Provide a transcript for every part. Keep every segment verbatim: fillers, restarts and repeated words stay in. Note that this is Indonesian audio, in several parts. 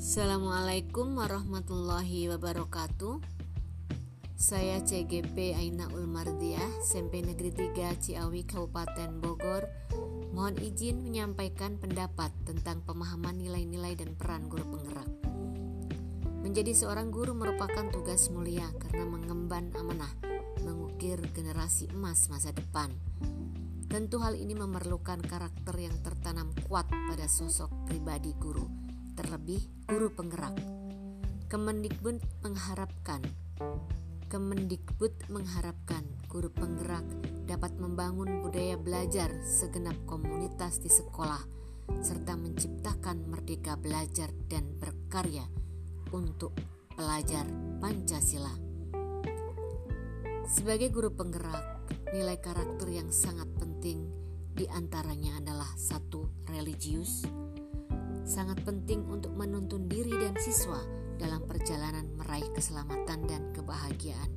Assalamualaikum warahmatullahi wabarakatuh. Saya C G P Aina Ulmardiah, S M P Negeri tiga Ciawi, Kabupaten Bogor. Mohon izin menyampaikan pendapat tentang pemahaman nilai-nilai dan peran guru penggerak. Menjadi seorang guru merupakan tugas mulia karena mengemban amanah, mengukir generasi emas masa depan. Tentu hal ini memerlukan karakter yang tertanam kuat pada sosok pribadi guru, terlebih guru penggerak. Kemendikbud mengharapkan Kemendikbud mengharapkan guru penggerak dapat membangun budaya belajar segenap komunitas di sekolah serta menciptakan merdeka belajar dan berkarya untuk pelajar Pancasila. Sebagai guru penggerak, nilai karakter yang sangat penting diantaranya adalah satu, religius. Sangat penting untuk menuntun diri dan siswa dalam perjalanan meraih keselamatan dan kebahagiaan.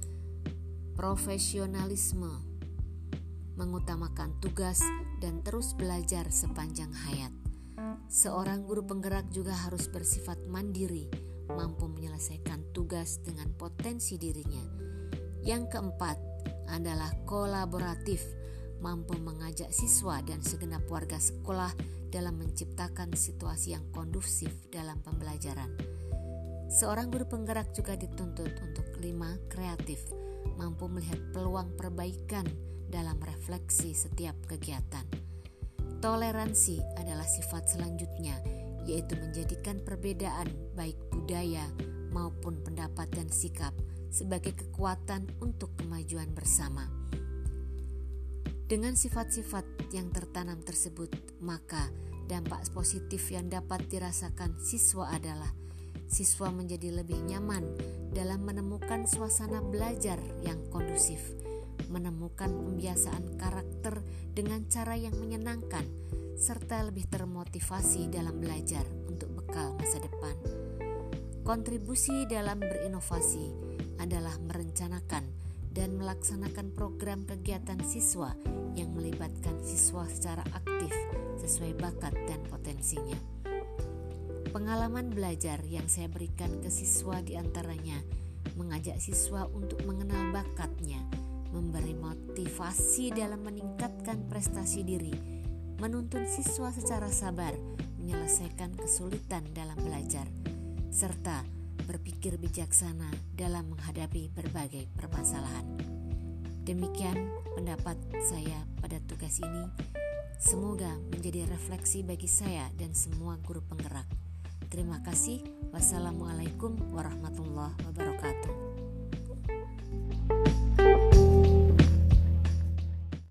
Profesionalisme, mengutamakan tugas dan terus belajar sepanjang hayat. Seorang guru penggerak juga harus bersifat mandiri, mampu menyelesaikan tugas dengan potensi dirinya. Yang keempat adalah kolaboratif, mampu mengajak siswa dan segenap warga sekolah dalam menciptakan situasi yang kondusif dalam pembelajaran. Seorang guru penggerak juga dituntut untuk lima, kreatif, mampu melihat peluang perbaikan dalam refleksi setiap kegiatan. Toleransi adalah sifat selanjutnya, yaitu menjadikan perbedaan baik budaya maupun pendapat dan sikap sebagai kekuatan untuk kemajuan bersama. Dengan sifat-sifat yang tertanam tersebut, maka dampak positif yang dapat dirasakan siswa adalah siswa menjadi lebih nyaman dalam menemukan suasana belajar yang kondusif, menemukan pembiasaan karakter dengan cara yang menyenangkan, serta lebih termotivasi dalam belajar untuk bekal masa depan. Kontribusi dalam berinovasi adalah merencanakan dan melaksanakan program kegiatan siswa yang melibatkan siswa secara aktif sesuai bakat dan potensinya. Pengalaman belajar yang saya berikan ke siswa diantaranya mengajak siswa untuk mengenal bakatnya, memberi motivasi dalam meningkatkan prestasi diri, menuntun siswa secara sabar menyelesaikan kesulitan dalam belajar, serta berpikir bijaksana dalam menghadapi berbagai permasalahan. Demikian pendapat saya pada tugas ini. Semoga menjadi refleksi bagi saya dan semua guru penggerak. Terima kasih. Wassalamualaikum warahmatullahi wabarakatuh.